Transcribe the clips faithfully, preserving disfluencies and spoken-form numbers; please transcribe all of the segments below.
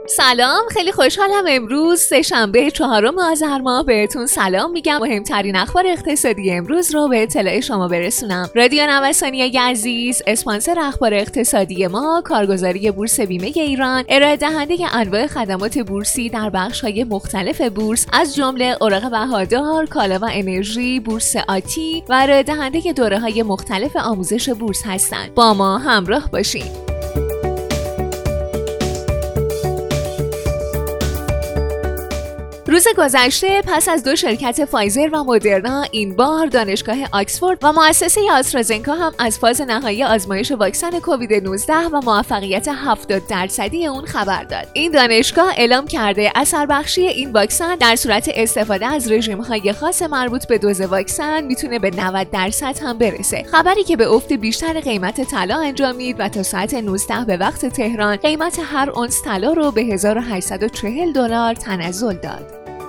سلام، خیلی خوشحالم امروز سه شنبه چهارم آذر ماه بهتون سلام میگم. مهمترین اخبار اقتصادی امروز رو به اطلاع شما برسونم. رادیو نوسانی عزیز، اسپانسر اخبار اقتصادی ما، کارگزاری بورس بیمه ایران، ارائه دهنده انواع خدمات بورسی در بخش‌های مختلف بورس از جمله اوراق بهادار، کالا و انرژی، بورس آتی و ارائه دهنده دوره‌های مختلف آموزش بورس هستند. با ما همراه باشید. روز گذشته پس از دو شرکت فایزر و مدرنا، این بار دانشگاه آکسفورد و مؤسسه آسترازنکا هم از فاز نهایی آزمایش واکسن کووید نوزده و موفقیت هفتاد درصدی اون خبر داد. این دانشگاه اعلام کرده اثر بخشی این واکسن در صورت استفاده از رژیم‌های خاص مربوط به دوز واکسن میتونه به نود درصد هم برسه. خبری که به افت بیشتر قیمت طلا انجامید و تا ساعت نوزده به وقت تهران قیمت هر اونس طلا رو به هزار و هشتصد و چهل دلار تنزل داد.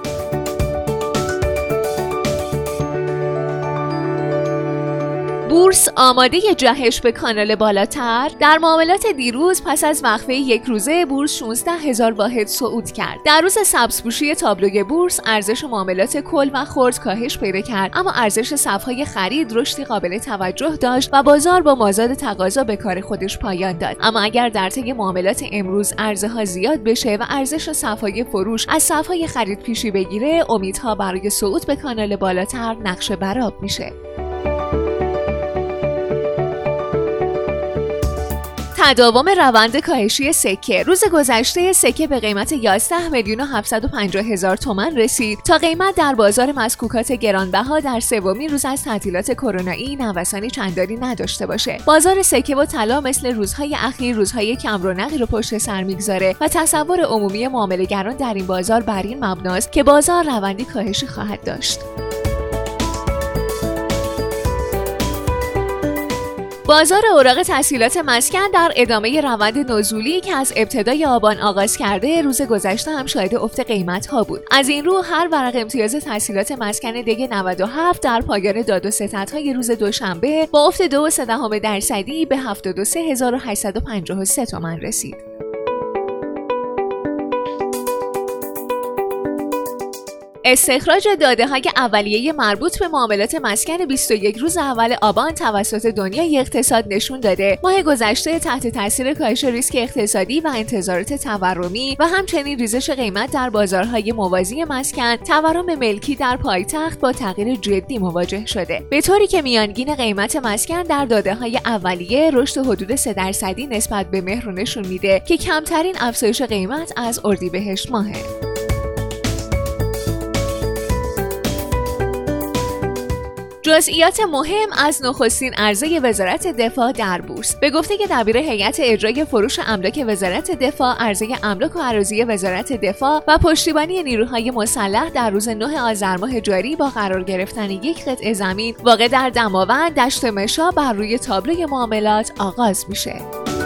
بورس آماده جهش به کانال بالاتر. در معاملات دیروز پس از وقفه یک روزه بورس شانزده هزار واحد صعود کرد. در روز سبزپوشی تابلوی بورس ارزش معاملات کل و خرد کاهش پیدا کرد، اما ارزش صف‌های خرید رشدی قابل توجه داشت و بازار با مازاد تقاضا به کار خودش پایان داد. اما اگر در طی معاملات امروز عرضه‌ها زیاد بشه و ارزش صف‌های فروش از صف‌های خرید پیشی بگیره، امیدها برای صعود به کانال بالاتر نقش برآب میشه. تداوم روند کاهشی سکه. روز گذشته سکه به قیمت یازده میلیون و هفتصد و پنجاه هزار تومان رسید تا قیمت در بازار مسکوکات گرانبها در سومین روز از تعطیلات کرونایی نوسانی چندانی نداشته باشه. بازار سکه و طلا مثل روزهای اخیر روزهای کم رونقی رو پشت سر میگذاره و تصور عمومی معامله‌گران در این بازار بر این مبناست که بازار روندی کاهشی خواهد داشت. بازار اوراق تسهیلات مسکن در ادامه روند نزولی که از ابتدای آبان آغاز کرده، روز گذشته هم شاهد افت قیمت ها بود. از این رو هر ورق امتیاز تسهیلات مسکن دگ نود و هفت در پایان داد و ستدهای روز دوشنبه با افت دو و سه دهم درصدی به هفتاد و سه هزار و هشتصد و پنجاه و سه تومان رسید. استخراج داده‌های اولیه مربوط به معاملات مسکن بیست و یک روز اول آبان توسط دنیای اقتصاد نشون داده ماه گذشته تحت تاثیر کاهش ریسک اقتصادی و انتظارات تورمی و همچنین ریزش قیمت در بازارهای موازی مسکن، تورم ملکی در پایتخت با تغییر جدی مواجه شده، به طوری که میانگین قیمت مسکن در داده‌های اولیه رشد حدود سه درصدی نسبت به مهر نشون میده که کمترین افزایش قیمت از اردیبهشت ماهه. جزئیات مهم از نخستین عرضه وزارت دفاع در بورس. به گفته که دبیر هیئت اجرای فروش املاک وزارت دفاع، عرضه املاک و اراضی وزارت دفاع و پشتیبانی نیروهای مسلح در روز نه آذر ماه جاری با قرار گرفتن یک قطعه زمین واقع در دماوند دشت مشا بر روی تابلوی معاملات آغاز میشه.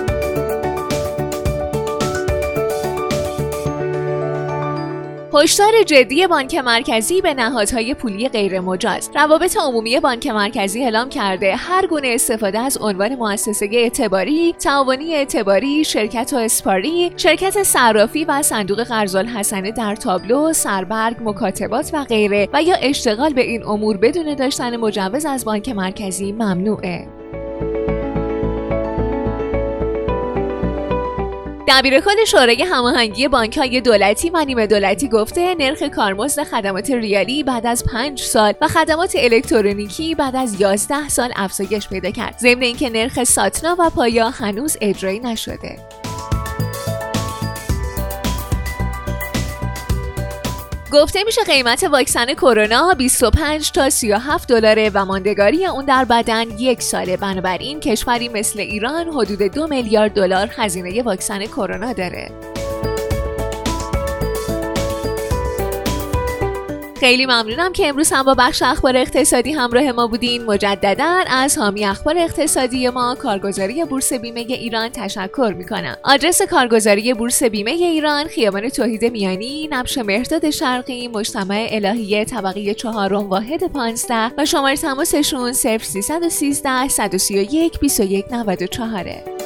هشدار جدی بانک مرکزی به نهادهای پولی غیر مجاز. روابط عمومی بانک مرکزی اعلام کرده هر گونه استفاده از عنوان مؤسسه اعتباری، تعاونی اعتباری، شرکت و اسپاری، شرکت صرافی و صندوق قرض‌الحسنه در تابلو، سربرگ، مکاتبات و غیره و یا اشتغال به این امور بدون داشتن مجوز از بانک مرکزی ممنوعه. دبیرکل شورای هماهنگی بانک‌های دولتی و نیمه دولتی گفته نرخ کارمزد خدمات ریالی بعد از پنج سال و خدمات الکترونیکی بعد از یازده سال افزایش پیدا کرد، ضمن اینکه نرخ ساتنا و پایا هنوز اجرایی نشده. گفته میشه قیمت واکسن کرونا بیست و پنج تا سی و هفت دلاره و ماندگاری اون در بدن یک ساله. بنابراین کشوری مثل ایران حدود دو میلیارد دلار هزینه واکسن کرونا داره. خیلی ممنونم که امروز هم با بخش اخبار اقتصادی همراه ما بودین. مجدداً از حامی اخبار اقتصادی ما، کارگزاری بورس بیمه ایران تشکر میکنم. آدرس کارگزاری بورس بیمه ایران: خیابان توحید میانی، نبش مهرداد شرقی، مجتمع الهیه، طبقه چهارم، واحد پانزده و شماره تماسشون صفر سیصد و سیزده صد و سی و یک بیست و یک نود و چهار.